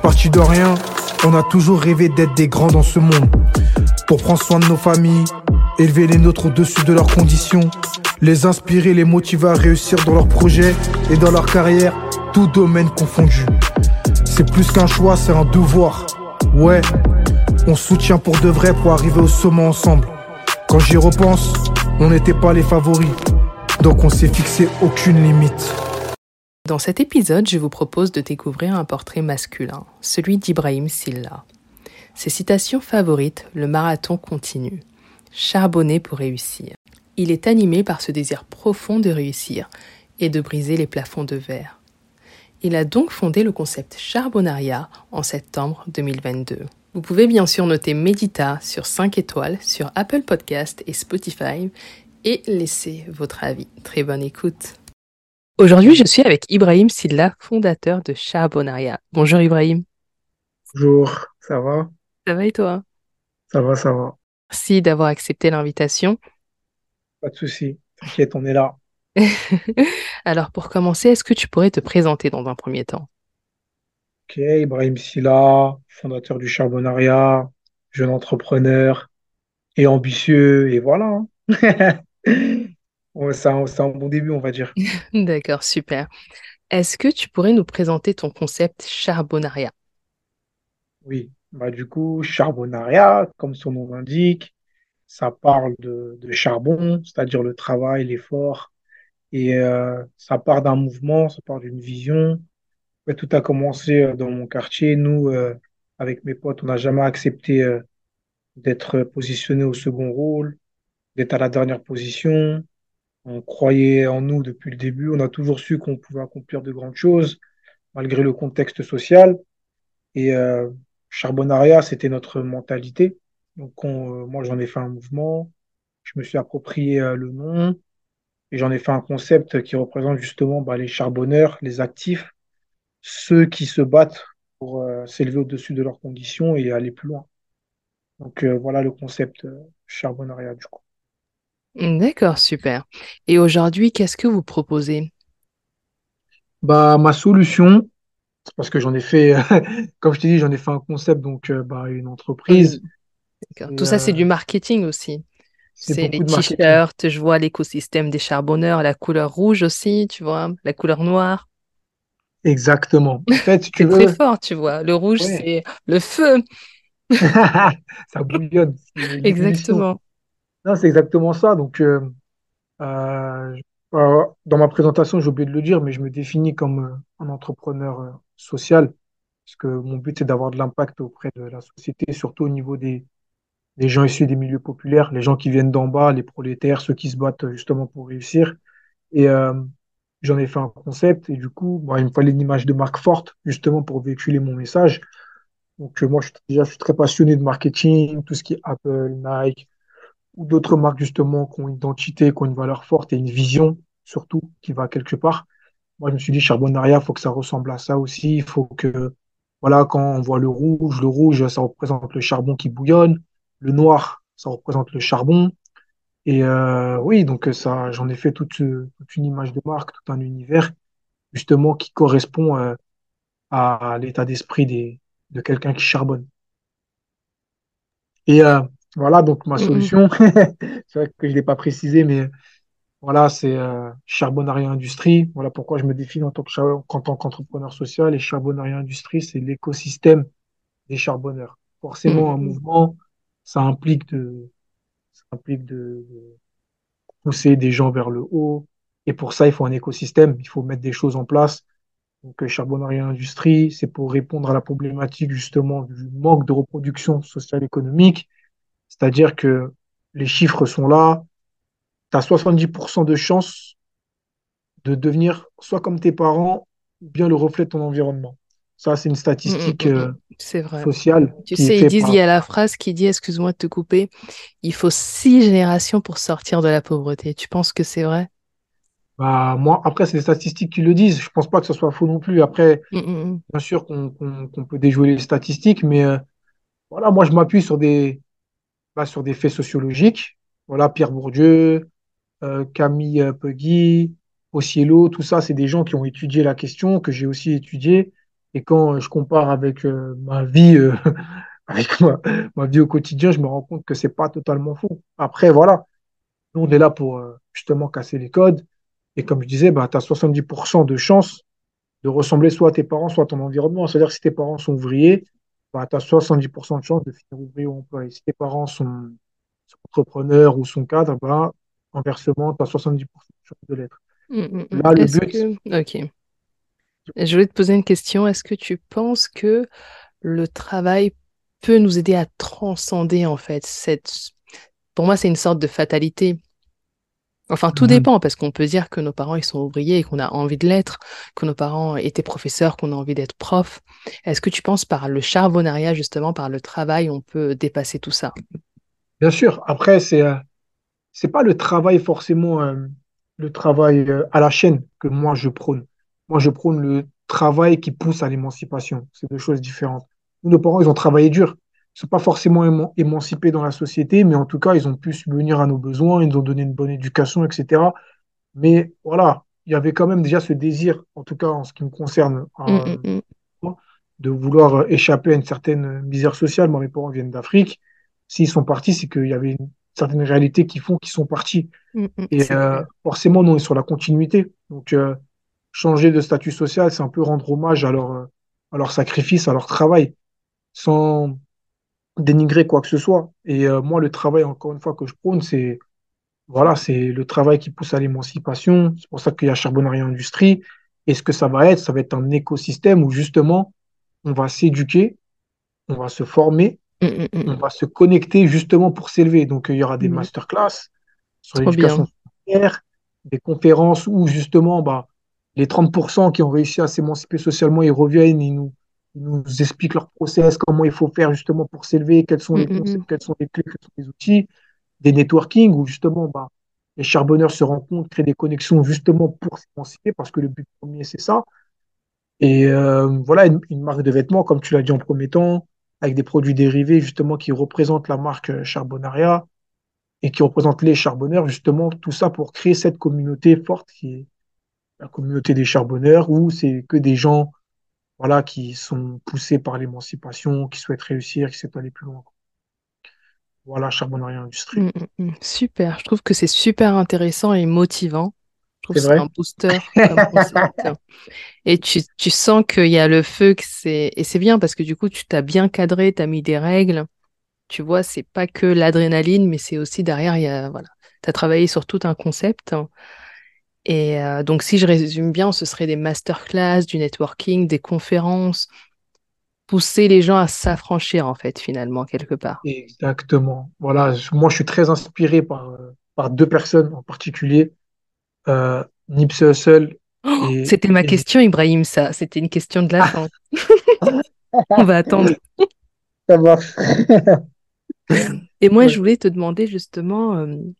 Parti de rien, on a toujours rêvé d'être des grands dans ce monde. Pour prendre soin de nos familles, élever les nôtres au-dessus de leurs conditions, les inspirer, les motiver à réussir dans leurs projets et dans leur carrière, tout domaine confondu. C'est plus qu'un choix, c'est un devoir. Ouais, on soutient pour de vrai pour arriver au sommet ensemble. Quand j'y repense, on n'était pas les favoris, donc on s'est fixé aucune limite. Dans cet épisode, je vous propose de découvrir un portrait masculin, celui d'Ibrahim Silla. Ses citations favorites, le marathon continue. Charbonner pour réussir. Il est animé par ce désir profond de réussir et de briser les plafonds de verre. Il a donc fondé le concept Charbonnaria en septembre 2022. Vous pouvez bien sûr noter Médita sur 5 étoiles sur Apple Podcast et Spotify et laisser votre avis. Très bonne écoute. Aujourd'hui, je suis avec Ibrahim Silla, fondateur de Charbonnaria. Bonjour Ibrahim. Bonjour, ça va? Ça va et toi? Ça va, ça va. Merci d'avoir accepté l'invitation. Pas de souci. T'inquiète, on est là. Alors pour commencer, est-ce que tu pourrais te présenter dans un premier temps? Ok, Ibrahim Silla, fondateur du Charbonnaria, jeune entrepreneur et ambitieux, et voilà. Hein. Ouais, c'est un bon début, on va dire. D'accord, super. Est-ce que tu pourrais nous présenter ton concept Charbonnaria? Oui, bah du coup, Charbonnaria, comme son nom l'indique, ça parle de charbon, c'est-à-dire le travail, l'effort, et ça part d'un mouvement, ça part d'une vision. Ouais, tout a commencé dans mon quartier. Nous, avec mes potes, on n'a jamais accepté d'être positionné au second rôle, d'être à la dernière position. On croyait en nous depuis le début. On a toujours su qu'on pouvait accomplir de grandes choses, malgré le contexte social. Et Charbonnaria, c'était notre mentalité. Donc, moi, j'en ai fait un mouvement. Je me suis approprié le nom et j'en ai fait un concept qui représente justement bah, les charbonneurs, les actifs, ceux qui se battent pour s'élever au-dessus de leurs conditions et aller plus loin. Donc voilà le concept Charbonnaria du coup. D'accord, super. Et aujourd'hui, qu'est-ce que vous proposez? Bah ma solution, c'est parce que j'en ai fait, comme je t'ai dit, j'en ai fait un concept donc bah, une entreprise. Oui, d'accord. Et, Tout ça, c'est du marketing aussi. c'est C'est les beaucoup de marketing. t-shirts, je vois l'écosystème des charbonneurs, la couleur rouge aussi, tu vois, la couleur noire. Exactement. En fait, si tu C'est très veux, fort, tu vois. Le rouge, ouais, c'est le feu. ça bouillonne, c'est l'ébullition. Exactement. Non, c'est exactement ça. Donc dans ma présentation, j'ai oublié de le dire, mais je me définis comme un entrepreneur social, parce que mon but, c'est d'avoir de l'impact auprès de la société, surtout au niveau des gens issus des milieux populaires, les gens qui viennent d'en bas, les prolétaires, ceux qui se battent justement pour réussir. Et j'en ai fait un concept, et du coup, bah, il me fallait une image de marque forte, justement, pour véhiculer mon message. Donc, moi, je suis très passionné de marketing, tout ce qui est Apple, Nike, ou d'autres marques, justement, qui ont une identité, qui ont une valeur forte et une vision, surtout, qui va quelque part. Moi, je me suis dit, Charbonnaria, il faut que ça ressemble à ça aussi. Il faut que, voilà, quand on voit le rouge, ça représente le charbon qui bouillonne. Le noir, ça représente le charbon. Et oui, donc ça, j'en ai fait toute une image de marque, tout un univers, justement, qui correspond à l'état d'esprit de quelqu'un qui charbonne. Et voilà, donc ma Mm, solution, c'est vrai que je ne l'ai pas précisé, mais voilà, c'est Charbonnaria Industrie. Voilà pourquoi je me définis en tant qu'entrepreneur social. Et Charbonnaria Industrie, c'est l'écosystème des charbonneurs. Forcément, un mm. mouvement, ça implique de pousser des gens vers le haut. Et pour ça, il faut un écosystème. Il faut mettre des choses en place. Donc, Charbonnaria Industrie, c'est pour répondre à la problématique justement du manque de reproduction sociale économique. C'est-à-dire que les chiffres sont là. Tu as 70% de chances de devenir soit comme tes parents, ou bien le reflet de ton environnement. Ça, c'est une Mm, mm, statistique mm, mm. C'est vrai. sociale Tu qui est sais, ils faite disent, il y par... a la phrase qui dit, excuse-moi de te couper, il faut 6 générations pour sortir de la pauvreté. Tu penses que c'est vrai? Bah, moi, après, c'est les statistiques qui le disent. Je pense pas que ce soit faux non plus. Après, Mm, mm, bien sûr qu'on peut déjouer les statistiques, mais voilà, moi, je m'appuie sur des faits sociologiques. Voilà, Pierre Bourdieu, Camille Peggy, Osiello, tout ça, c'est des gens qui ont étudié la question, que j'ai aussi étudié Et quand je compare avec ma vie, avec ma vie au quotidien, je me rends compte que c'est pas totalement faux. Après, voilà, nous, on est là pour justement casser les codes. Et comme je disais, bah, tu as 70% de chances de ressembler soit à tes parents, soit à ton environnement. C'est-à-dire que si tes parents sont ouvriers, bah, tu as 70% de chances de finir ouvrier ou employé. Si tes parents sont entrepreneurs ou sont cadres, bah, inversement, tu as 70% de chances de l'être. Mm, mm, mm. Là, le Est-ce but, que... Ok. Je voulais te poser une question. Est-ce que tu penses que le travail peut nous aider à transcender, en fait, cette... Pour moi, c'est une sorte de fatalité. Enfin, tout Mhm. dépend, parce qu'on peut dire que nos parents, ils sont ouvriers et qu'on a envie de l'être, que nos parents étaient professeurs, qu'on a envie d'être prof. Est-ce que tu penses par le charbonnariat, justement, par le travail, on peut dépasser tout ça? Bien sûr, après, c'est pas le travail forcément, le travail à la chaîne que moi je prône. Moi, je prône le travail qui pousse à l'émancipation. C'est deux choses différentes. Nous, nos parents, ils ont travaillé dur. Ils ne sont pas forcément émancipés dans la société, mais en tout cas, ils ont pu subvenir à nos besoins, ils nous ont donné une bonne éducation, etc. Mais voilà, il y avait quand même déjà ce désir, en tout cas en ce qui me concerne, Hum, hum, hum, de vouloir échapper à une certaine misère sociale. Moi, mes parents viennent d'Afrique. S'ils sont partis, c'est qu'il y avait une certaine réalité qui font qu'ils sont partis. Et c'est clair. forcément, nous, on est sur la continuité. Donc, changer de statut social, c'est un peu rendre hommage à leur sacrifice, à leur travail, sans dénigrer quoi que ce soit. Et moi, le travail, encore une fois, que je prône, c'est voilà, c'est le travail qui pousse à l'émancipation. C'est pour ça qu'il y a Charbonnerie Industrie. Et ce que ça va être un écosystème où justement, on va s'éduquer, on va se former, Hum, hum, hum. on va se connecter justement pour s'élever. Donc, il y aura des Mhm. masterclass sur Trop l'éducation bien. financière, des conférences où justement, bah, les 30% qui ont réussi à s'émanciper socialement, ils reviennent, ils nous expliquent leur process, comment il faut faire justement pour s'élever, quels sont Hum, les hum, concepts, hum. quels sont les clés, quels sont les outils, des networking où justement, bah, les charbonneurs se rencontrent, créent des connexions justement pour s'émanciper, parce que le but premier, c'est ça. Et voilà, une marque de vêtements, comme tu l'as dit en premier temps, avec des produits dérivés justement qui représentent la marque Charbonnaria et qui représentent les charbonneurs, justement, tout ça pour créer cette communauté forte qui est la communauté des charbonneurs, où c'est que des gens voilà, qui sont poussés par l'émancipation, qui souhaitent réussir, qui souhaitent aller plus loin. Voilà, Charbonnaria Industrie. Super. Je trouve que c'est super intéressant et motivant. Je trouve C'est que c'est un vrai? booster comme concept. Et tu sens qu'il y a le feu, que c'est... Et c'est bien parce que du coup, tu t'as bien cadré, tu as mis des règles. Tu vois, c'est pas que l'adrénaline, mais c'est aussi derrière, il y a, voilà, tu as travaillé sur tout un concept. Et donc, si je résume bien, ce serait des masterclass, du networking, des conférences, pousser les gens à s'affranchir, en fait, finalement, quelque part. Exactement. Voilà, moi je suis très inspiré par deux personnes en particulier, Nipsey Hussle Oh, et, c'était ma et question, Ibrahim, ça. C'était une question de la fin. On va attendre. ça marche. Et moi, je Ouais. voulais te demander justement,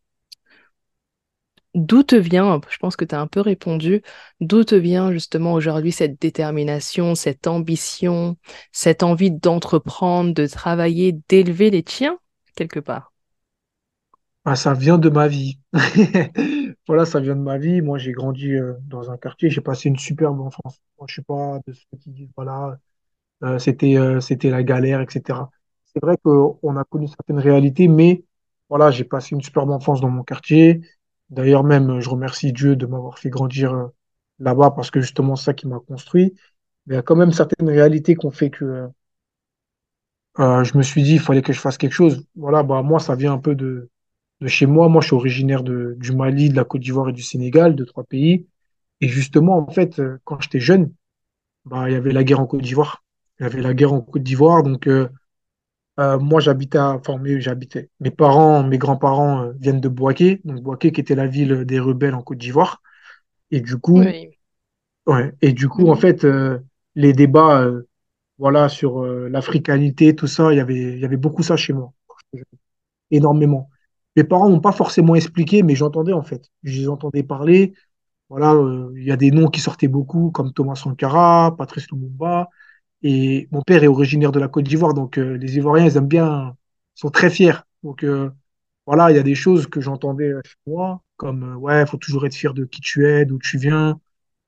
d'où te vient, je pense que tu as un peu répondu, d'où te vient justement aujourd'hui cette détermination, cette ambition, cette envie d'entreprendre, de travailler, d'élever les tiens, quelque part. Ah, ça vient de ma vie. Voilà, ça vient de ma vie. Moi, j'ai grandi dans un quartier, j'ai passé une superbe enfance. Moi, je suis pas de ceux qui disent, voilà, c'était la galère, etc. C'est vrai qu'on a connu certaines réalités, mais voilà, j'ai passé une superbe enfance dans mon quartier. D'ailleurs, même, je remercie Dieu de m'avoir fait grandir là-bas parce que justement, c'est ça qui m'a construit. Mais il y a quand même certaines réalités qui ont fait que je me suis dit, il fallait que je fasse quelque chose. Voilà, bah, moi, ça vient un peu de chez moi. Moi, je suis originaire du Mali, de la Côte d'Ivoire et du Sénégal, de trois pays. Et justement, en fait, quand j'étais jeune, bah, il y avait la guerre en Côte d'Ivoire. Il y avait la guerre en Côte d'Ivoire, donc moi, j'habitais. Mes parents, mes grands-parents viennent de Bouaké, donc Bouaké qui était la ville des rebelles en Côte d'Ivoire. Et du coup, Oui. ouais, et du coup, en Mhm. fait, les débats, voilà, sur l'africanité, tout ça, il y avait beaucoup ça chez moi, énormément. Mes parents n'ont pas forcément expliqué, mais j'entendais en fait. Je les entendais parler. Voilà, il y a des noms qui sortaient beaucoup, comme Thomas Sankara, Patrice Lumumba. Et mon père est originaire de la Côte d'Ivoire, donc les Ivoiriens, ils aiment bien, ils sont très fiers. Donc voilà, il y a des choses que j'entendais chez moi, comme ouais, il faut toujours être fier de qui tu es, d'où tu viens.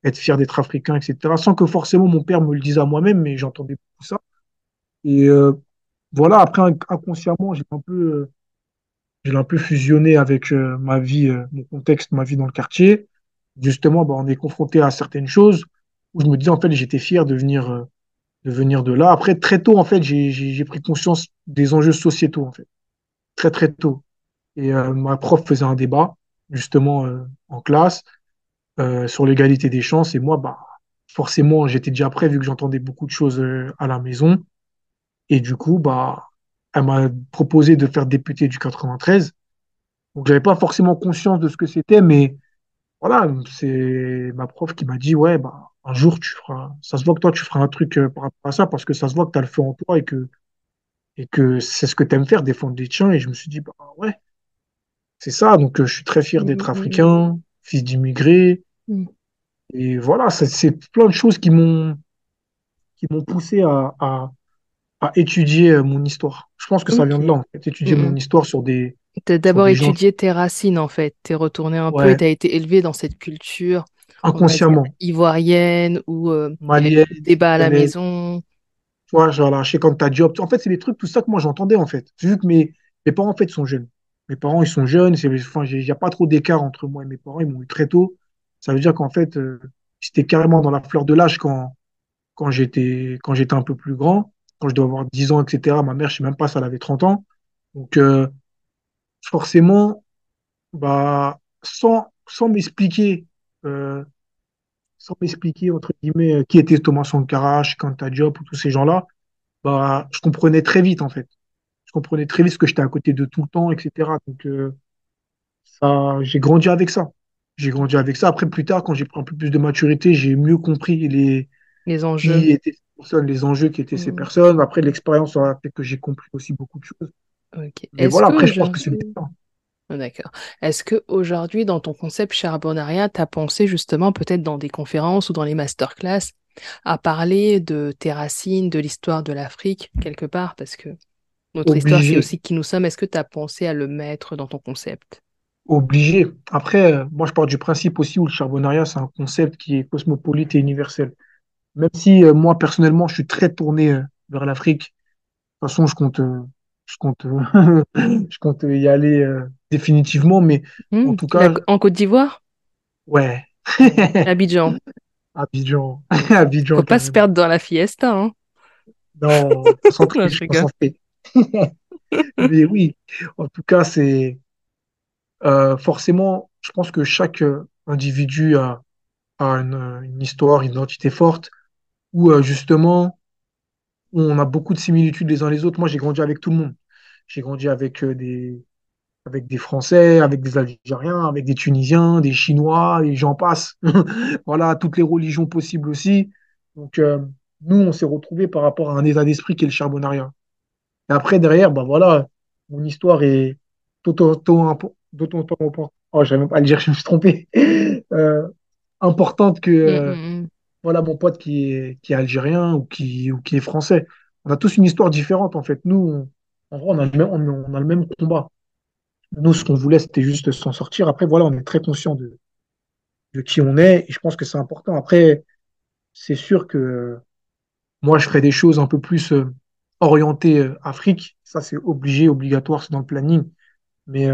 être fier d'être africain, etc. Sans que forcément mon père me le dise à moi-même, mais j'entendais beaucoup ça. Et voilà, après, inconsciemment, je l'ai un peu fusionné avec ma vie, mon contexte, ma vie dans le quartier. Justement, bah, on est confronté à certaines choses où je me dis, en fait, j'étais fier de venir de là. Après, très tôt, en fait, j'ai pris conscience des enjeux sociétaux, en fait. Très, très tôt. Et ma prof faisait un débat, justement, en classe, sur l'égalité des chances. Et moi, bah, forcément, j'étais déjà prêt vu que j'entendais beaucoup de choses à la maison. Et du coup, bah, elle m'a proposé de faire député du 93. Donc, j'avais pas forcément conscience de ce que c'était, mais voilà, c'est ma prof qui m'a dit, ouais, bah, un jour, ça se voit que toi, tu feras un truc par rapport à ça, parce que ça se voit que tu as le feu en toi et que c'est ce que tu aimes faire, défendre les tiens. Et je me suis dit, bah, ouais, c'est ça. Donc, je suis très fier Mm, d'être mm, africain, fils d'immigrés. mm. Et voilà, c'est plein de choses qui m'ont poussé à étudier mon histoire. Je pense que ça vient Ok. de là, en fait, étudier Mm, mon mm. histoire T'as sur d'abord des gens, étudié tes racines en fait. T'es retourné un peu et ouais, t'as été élevé dans cette culture, on va dire, inconsciemment, ivoirienne où il y avait malienne, beaucoup de débats à la sénégalaise. maison. Tu vois, genre, là, je sais quand t'as job. En fait, c'est des trucs, tout ça que moi j'entendais, en fait. Vu que mes parents, en fait, sont jeunes. Mes parents, ils sont jeunes. Enfin, il n'y a pas trop d'écart entre moi et mes parents. Ils m'ont eu très tôt. Ça veut dire qu'en fait, j'étais carrément dans la fleur de l'âge quand j'étais un peu plus grand. Quand je dois avoir 10 ans, etc. Ma mère, je sais même pas si elle avait 30 ans. Donc, forcément, bah, euh, sans m'expliquer, entre guillemets, qui était Thomas Sankara, Kanta Diop, ou tous ces gens-là, bah, je comprenais très vite, en fait. Je comprenais très vite que j'étais à côté de tout le temps, etc. Donc, ça, j'ai grandi avec ça. J'ai grandi avec ça. Après, plus tard, quand j'ai pris un peu plus de maturité, j'ai mieux compris Les enjeux. qui étaient ces personnes, les enjeux qui étaient ces Mm. personnes. Après, l'expérience a fait que j'ai compris aussi beaucoup de choses. Ok. Mais Est-ce voilà, que après, je pense que c'est le aujourd'hui, destin. ah, d'accord. Est-ce que aujourd'hui, dans ton concept Charbonnaria, tu as pensé justement, peut-être dans des conférences ou dans les masterclass, à parler de tes racines, de l'histoire de l'Afrique, quelque part, parce que notre histoire, c'est Obligé. aussi qui nous sommes. Est-ce que tu as pensé à le mettre dans ton concept? Obligé. Après, moi, je pars du principe aussi où le charbonnariat, c'est un concept qui est cosmopolite et universel. Même si moi, personnellement, je suis très tourné vers l'Afrique. De toute façon, je compte y aller définitivement, mais en tout cas, En Côte d'Ivoire? ouais. Abidjan. Abidjan, Faut Abidjan pas se carrément. perdre dans la fiesta, hein. Non, Non, concentré, je je suis rigole. concentré. Mais oui, en tout cas, c'est forcément, je pense que chaque individu a une histoire, une identité forte, où justement, on a beaucoup de similitudes les uns les autres. Moi, j'ai grandi avec tout le monde. J'ai grandi avec des Français, avec des Algériens, avec des Tunisiens, des Chinois, et j'en passe. Voilà, toutes les religions possibles aussi. Donc, nous, on s'est retrouvés par rapport à un état d'esprit qui est le charbonnariat. Et après, derrière, bah voilà, mon histoire est d'autant, oh, j'arrive même pas à le dire, je me suis trompé. Euh, importante que, Hum, hum, hum. voilà, mon pote qui est algérien ou qui est français. On a tous une histoire différente, en fait. Nous, en vrai, on a le même combat. Nous, ce qu'on voulait, c'était juste s'en sortir. Après, voilà, on est très conscient de qui on est et je pense que c'est important. Après, c'est sûr que moi, je ferais des choses un peu plus orientées Afrique. Ça, c'est obligé, obligatoire, c'est dans le planning. Mais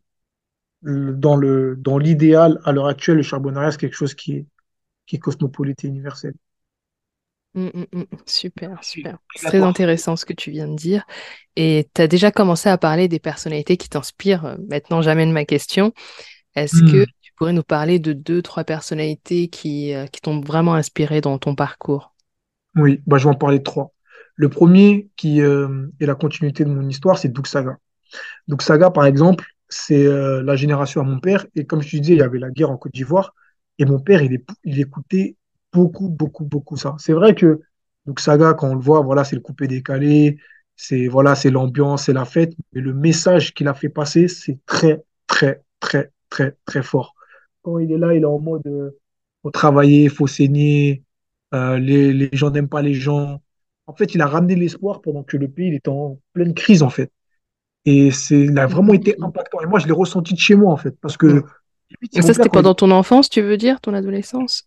dans l'idéal, à l'heure actuelle, le charbonnariat, c'est quelque chose qui est cosmopolite et universel. Super, C'est super. C'est très obligatoire. intéressant ce que tu viens de dire. Et tu as déjà commencé à parler des personnalités qui t'inspirent. Maintenant, j'amène ma question. Est-ce que Hmm. tu pourrais nous parler de deux, trois personnalités qui t'ont vraiment inspiré dans ton parcours? Oui, bah, je vais en parler de trois. Le premier, qui est la continuité de mon histoire, c'est Doug Saga. Donc Saga, par exemple, c'est la génération à mon père. Et comme je te disais, il y avait la guerre en Côte d'Ivoire. Et mon père, il écoutait beaucoup, beaucoup, beaucoup ça. C'est vrai que donc Saga, quand on le voit, voilà, c'est le coupé-décalé, c'est voilà, c'est l'ambiance, c'est la fête. Mais le message qu'il a fait passer, c'est très, très, très, très, très fort. Quand il est là, il est en mode faut travailler, faut saigner, les gens n'aiment pas les gens. En fait, il a ramené l'espoir pendant que le pays il était en pleine crise, en fait. Et il a Mm, vraiment mm, été mm, impactant. Et moi, je l'ai ressenti de chez moi, en fait. Parce que, mm. limite, Et c'est mon ça, père, c'était quand il pendant ton enfance, tu veux dire, ton adolescence?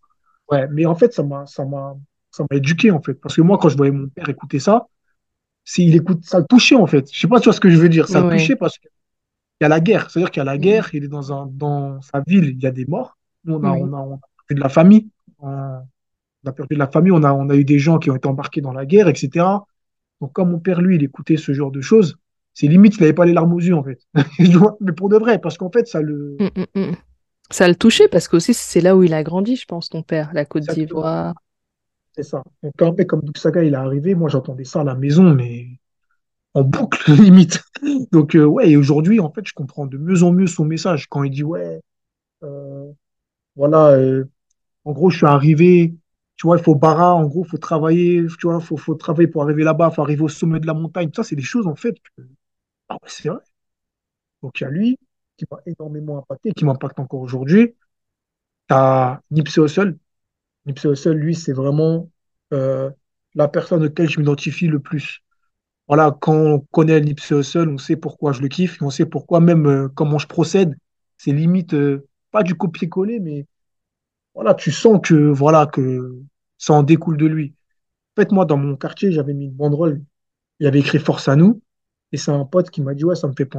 Ouais, mais en fait, ça m'a éduqué, en fait. Parce que moi, quand je voyais mon père écouter ça, il écoute, ça le touchait, en fait. Je sais pas, tu vois ce que je veux dire. Ça le Ouais. touchait parce qu'il y a la guerre. C'est-à-dire qu'il y a la Mm, guerre, il est dans sa ville, il y a des morts. Nous, oui. on a perdu de la famille. On a perdu de la famille, on a eu des gens qui ont été embarqués dans la guerre, etc. Donc, quand mon père, lui, il écoutait ce genre de choses, c'est limite, il n'avait pas les larmes aux yeux, en fait. Mais pour de vrai, parce qu'en fait, ça le. Mm, mm, mm. Ça le touchait parce que aussi c'est là où il a grandi, je pense, ton père, la Côte Exactement. d'Ivoire. C'est ça. Donc, quand un mec comme Doug Saga, il est arrivé, moi, j'entendais ça à la maison, mais en boucle, limite. Donc, ouais, et aujourd'hui, en fait, je comprends de mieux en mieux son message. Quand il dit, ouais, euh, voilà, en gros, je suis arrivé, tu vois, il faut bara, en gros, il faut travailler, tu vois, faut travailler pour arriver là-bas, il faut arriver au sommet de la montagne. Ça, c'est des choses, en fait, ah ouais, c'est vrai. Donc, il y a lui qui m'a énormément impacté, qui m'impacte encore aujourd'hui. T'as Nipsey Hussle. Nipsey Hussle, lui, c'est vraiment la personne auquel je m'identifie le plus. Voilà, quand on connaît Nipsey Hussle, on sait pourquoi je le kiffe, et on sait pourquoi même comment je procède. C'est limite pas du copier-coller, mais voilà, tu sens que ça en découle de lui. En fait, moi, dans mon quartier, j'avais mis une banderole, il y avait écrit Force à nous, et c'est un pote qui m'a dit, ouais,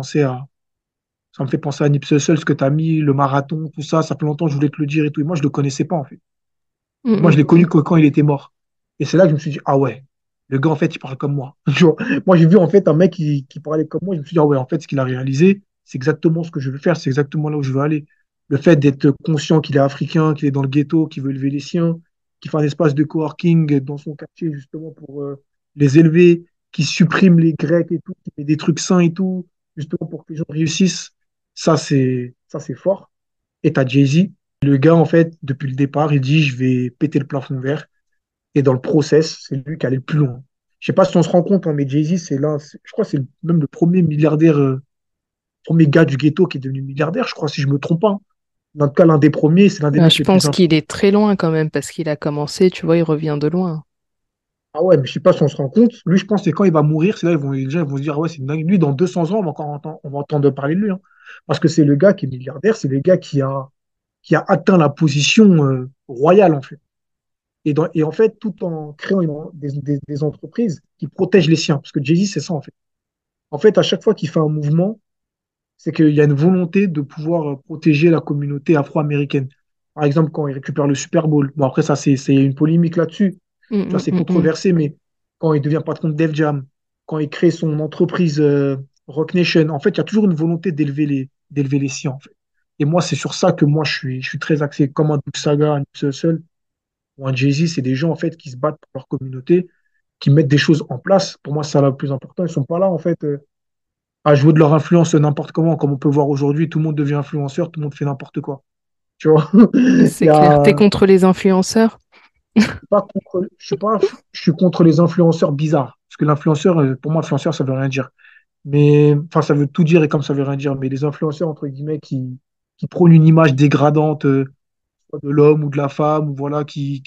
ça me fait penser à Nipsey Hussle, ce que tu as mis, le marathon, tout ça, ça fait longtemps que je voulais te le dire et tout. Et moi, je le connaissais pas, en fait. Mm, Moi, je mm, l'ai connu que quand il était mort. Et c'est là que je me suis dit, ah ouais, le gars, en fait, il parle comme moi. Tu vois, moi, j'ai vu, en fait, un mec qui parlait comme moi. Je me suis dit, ah ouais, en fait, ce qu'il a réalisé, c'est exactement ce que je veux faire, c'est exactement là où je veux aller. Le fait d'être conscient qu'il est africain, qu'il est dans le ghetto, qu'il veut élever les siens, qu'il fait un espace de coworking dans son quartier, justement, pour les élever, qu'il supprime les Grecs et tout, qu'il fait des trucs sains et tout, justement, pour que les gens réussissent. Ça, c'est fort. Et t'as Jay-Z. Le gars, en fait, depuis le départ, il dit, je vais péter le plafond vert. Et dans le process, c'est lui qui allait le plus loin. Je sais pas si on se rend compte, hein, mais Jay-Z, je crois que c'est même le premier milliardaire, premier gars du ghetto qui est devenu milliardaire, je crois, si je me trompe pas, hein. En tout cas, l'un des premiers, c'est l'un des Bah, mecs je les plus pense influents. qu'il est très loin quand même parce qu'il a commencé, tu vois, il revient de loin. Ah ouais, mais je sais pas si on se rend compte. Lui, je pense que quand il va mourir, c'est là les gens ils vont se dire, ah ouais, c'est une dingue. Lui, dans 200 ans, on va entendre parler de lui, hein. Parce que c'est le gars qui est milliardaire, c'est le gars qui a atteint la position royale, en fait. Et en fait, tout en créant des entreprises qui protègent les siens. Parce que Jay-Z, c'est ça, en fait. En fait, à chaque fois qu'il fait un mouvement, c'est qu'il y a une volonté de pouvoir protéger la communauté afro-américaine. Par exemple, quand il récupère le Super Bowl. Bon, après, ça, c'est une polémique là-dessus. Mm, Tu vois, mm, c'est mm, mm. controversé, mais quand il devient patron de Def Jam, quand il crée son entreprise Roc Nation, en fait, il y a toujours une volonté d'élever les siens, en fait. Et moi, c'est sur ça que moi, je suis très axé. Comme un Doug Saga, un Nipsey Hussle ou un Jay-Z, c'est des gens, en fait, qui se battent pour leur communauté, qui mettent des choses en place. Pour moi, c'est ça le plus important. Ils sont pas là, en fait, à jouer de leur influence n'importe comment, comme on peut voir aujourd'hui, tout le monde devient influenceur, tout le monde fait n'importe quoi. Tu vois, il y C'est clair. T'es a contre les influenceurs? pas contre, je suis contre les influenceurs bizarres, parce que l'influenceur, pour moi, influenceur, ça veut rien dire. Mais enfin, ça veut tout dire et comme ça veut rien dire. Mais les influenceurs entre guillemets qui prônent une image dégradante soit de l'homme ou de la femme, ou voilà,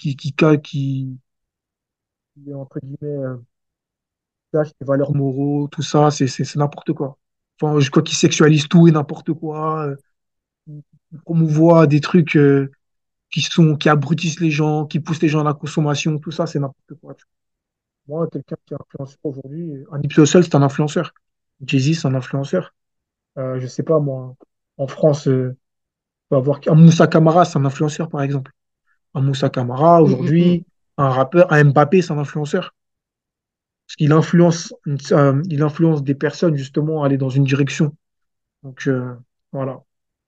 qui, entre guillemets cache les valeurs moraux, tout ça, c'est n'importe quoi. Enfin, je crois qu'ils sexualisent tout et n'importe quoi. Qui promouvoient des trucs qui abrutissent les gens, qui poussent les gens à la consommation, tout ça, c'est n'importe quoi. Tu vois. Moi, quelqu'un qui est influenceur aujourd'hui, un Nipsey Hussle, c'est un influenceur. Jay-Z, c'est un influenceur. Je sais pas, moi, en France, on va avoir un Moussa Camara, c'est un influenceur, par exemple. Un Moussa Camara, Mm, mm, mm. aujourd'hui, un rappeur, un Mbappé, c'est un influenceur. Parce il influence des personnes, justement, à aller dans une direction. Donc, voilà,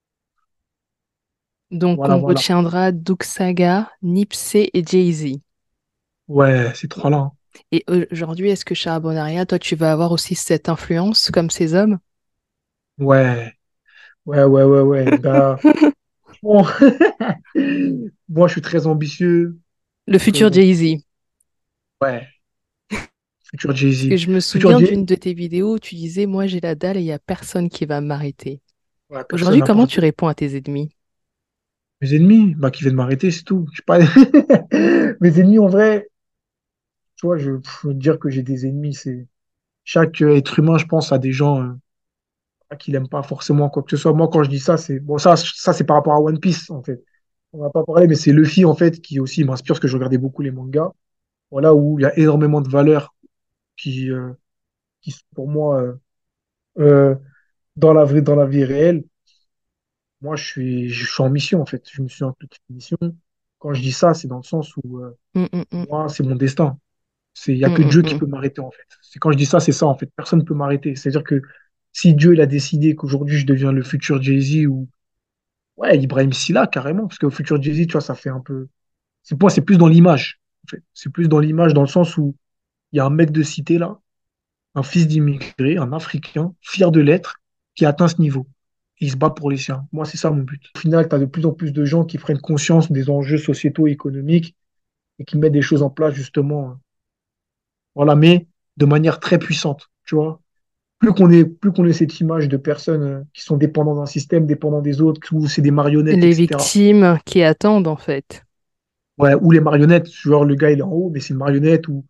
Donc voilà, on voilà. retiendra Doug Saga, Nipsey et Jay-Z. Ouais, ces trois-là, hein. Et aujourd'hui, est-ce que Charbonnaria, toi, tu vas avoir aussi cette influence comme ces hommes? Ouais, ouais. Bah, bon. Moi, je suis très ambitieux. Le Très futur am- Jay-Z. Ouais, futur Parce que Jay-Z. je me Futur souviens Jay, d'une de tes vidéos où tu disais, moi j'ai la dalle et il n'y a personne qui va m'arrêter. ouais, personne Aujourd'hui, n'a comment parlé. tu réponds à tes ennemis? Mes ennemis, bah, qui viennent m'arrêter, c'est tout. Je sais pas. Mes ennemis, en vrai, tu vois, je veux dire que j'ai des ennemis. C'est chaque être humain, je pense, a des gens qui l'aiment pas forcément quoi que ce soit. Moi, quand je dis ça, c'est bon, ça c'est par rapport à One Piece, en fait. on n'a pas parlé, mais c'est Luffy, en fait, qui aussi m'inspire, parce que je regardais beaucoup les mangas. Voilà, où il y a énormément de valeurs qui, euh, qui sont pour moi euh, dans la vie réelle. Moi, je suis en mission, en fait. Je me suis impliqué en mission. Quand je dis ça, c'est dans le sens où Mm, mm, mm. moi, c'est mon destin. Il n'y a Mm, que mm, Dieu qui mm. peut m'arrêter, en fait. C'est quand je dis ça, c'est ça, en fait. Personne ne peut m'arrêter. C'est-à-dire que si Dieu il a décidé qu'aujourd'hui, je deviens le futur Jay-Z ou, ouais, Ibrahim Silla, carrément, parce qu'au futur Jay-Z, tu vois, ça fait un peu. C'est pour moi, c'est plus dans l'image, en fait. C'est plus dans l'image, dans le sens où il y a un mec de cité, là, un fils d'immigré, un Africain, fier de l'être, qui a atteint ce niveau. Et il se bat pour les siens. Moi, c'est ça mon but. Au final, tu as de plus en plus de gens qui prennent conscience des enjeux sociétaux et économiques et qui mettent des choses en place, justement. Voilà, mais de manière très puissante, tu vois. Plus qu'on ait cette image de personnes qui sont dépendantes d'un système, dépendantes des autres, où c'est des marionnettes, Les etc. victimes qui attendent, en fait. Ouais, ou les marionnettes, genre le gars il est en haut, mais c'est une marionnette, ou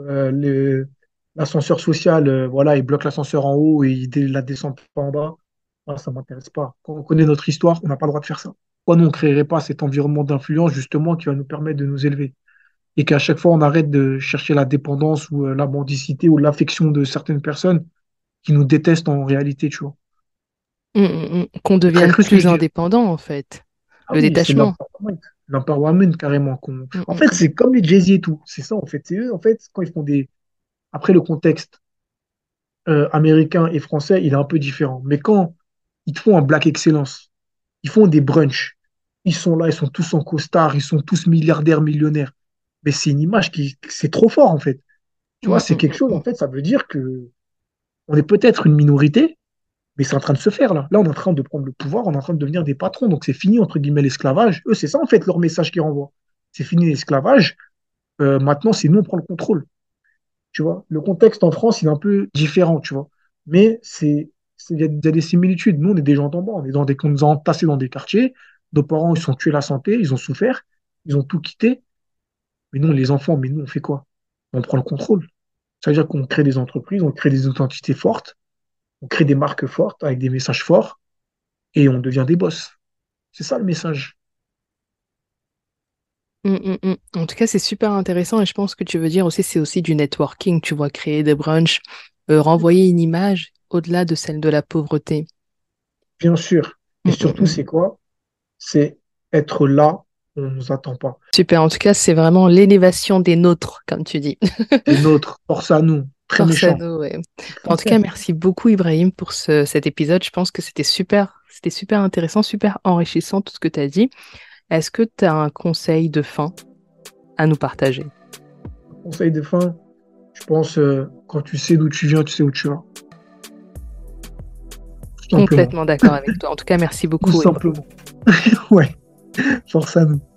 l'ascenseur social, voilà, il bloque l'ascenseur en haut et la descend pas en bas. Ah, ça m'intéresse pas. Quand on connaît notre histoire, on n'a pas le droit de faire ça. Pourquoi nous, on ne créerait pas cet environnement d'influence justement qui va nous permettre de nous élever? Et qu'à chaque fois, on arrête de chercher la dépendance ou la mendicité ou l'affection de certaines personnes qui nous détestent en réalité, tu vois. Mm, mm, mm. Qu'on C'est très devienne cru ce que plus je dis. indépendant, en fait. Ah Le oui, c'est détachement. l'empowerment. L'empowerment, carrément. Mm, En mm, fait, mm. c'est comme les Jay-Z et tout. C'est ça, en fait. C'est eux, en fait, quand ils font des. Après, le contexte américain et français, il est un peu différent. Mais quand ils te font un Black Excellence, ils font des brunchs, ils sont là, ils sont tous en costard, ils sont tous milliardaires, millionnaires. Mais c'est une image qui, c'est trop fort, en fait. Tu vois, Mm, c'est mm, quelque mm, chose, en mm. fait, ça veut dire que on est peut-être une minorité, mais c'est en train de se faire, là. Là, on est en train de prendre le pouvoir, on est en train de devenir des patrons. Donc, c'est fini, entre guillemets, l'esclavage. Eux, c'est ça, en fait, leur message qu'ils renvoient. C'est fini l'esclavage. Maintenant, c'est nous, on prend le contrôle. Tu vois, le contexte en France, il est un peu différent, tu vois. Mais il y a des similitudes. Nous, on est des gens d'en bas. On nous a entassés dans des quartiers. Nos parents, ils sont tués la santé, ils ont souffert, ils ont tout quitté. Mais nous, les enfants, mais nous, on fait quoi? On prend le contrôle. Ça veut dire qu'on crée des entreprises, on crée des identités fortes, on crée des marques fortes avec des messages forts et on devient des boss. C'est ça le message. Mm, mm, mm. En tout cas, c'est super intéressant et je pense que tu veux dire aussi, c'est aussi du networking, tu vois, créer des brunchs, renvoyer une image au-delà de celle de la pauvreté. Bien sûr. Et Mm, mm, surtout, mm. c'est quoi? C'est être là où on ne nous attend pas. Super, en tout cas, c'est vraiment l'élévation des nôtres, comme tu dis. Des nôtres, force à nous, très Force à méchant. nous, ouais. En tout cas, merci beaucoup, Ibrahim, pour cet épisode. Je pense que c'était super intéressant, super enrichissant, tout ce que tu as dit. Est-ce que tu as un conseil de fin à nous partager? Conseil de fin, je pense, quand tu sais d'où tu viens, tu sais où tu vas. Tout simplement. Complètement d'accord avec toi. En tout cas, merci Tout beaucoup, Ibrahim. simplement. Ouais, force à nous.